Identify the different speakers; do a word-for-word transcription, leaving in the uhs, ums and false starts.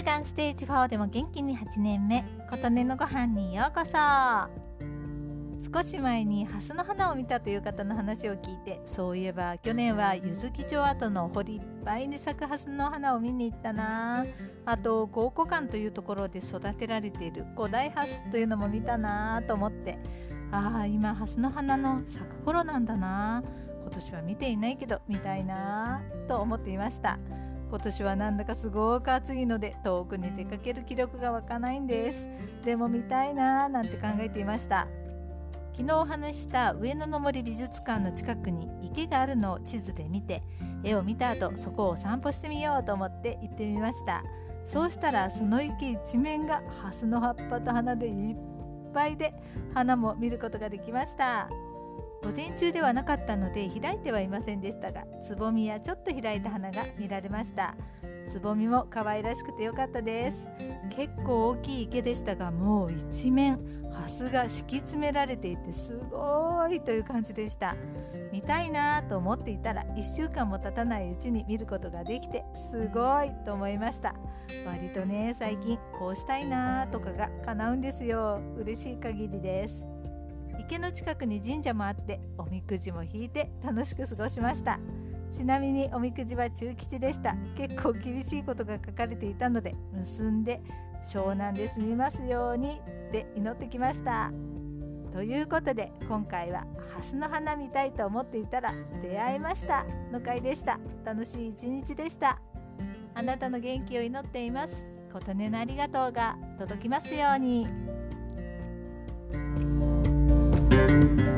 Speaker 1: 間ステージフォーでも元気にはちねんめ、琴音のご飯にようこそ。少し前にハスの花を見たという方の話を聞いて、そういえば去年はゆずき町跡の堀いっぱいに咲くハスの花を見に行ったな。あと郷古館というところで育てられている古代ハスというのも見たなと思って、ああ今ハスの花の咲く頃なんだな、今年は見ていないけど見たいなと思っていました。今年はなんだかすごく暑いので遠くに出かける気力が湧かないんです。でも見たいななんて考えていました。昨日お話した上野の森美術館の近くに池があるのを地図で見て、絵を見た後そこを散歩してみようと思って行ってみました。そうしたらその池一面がハスの葉っぱと花でいっぱいで、花も見ることができました。午前中ではなかったので開いてはいませんでしたが、つぼみやちょっと開いた花が見られました。つぼみも可愛らしくてよかったです。結構大きい池でしたが、もう一面ハスが敷き詰められていてすごいという感じでした。見たいなと思っていたらいっしゅうかんも経たないうちに見ることができてすごいと思いました。割とね、最近こうしたいなとかが叶うんですよ。嬉しい限りです。池の近くに神社もあって、おみくじも引いて楽しく過ごしました。ちなみにおみくじは中吉でした。結構厳しいことが書かれていたので、結んで湘南で済みますようにって祈ってきました。ということで今回はハスの花見たいと思っていたら出会いましたの回でした。楽しい一日でした。あなたの元気を祈っています。琴音のありがとうが届きますように。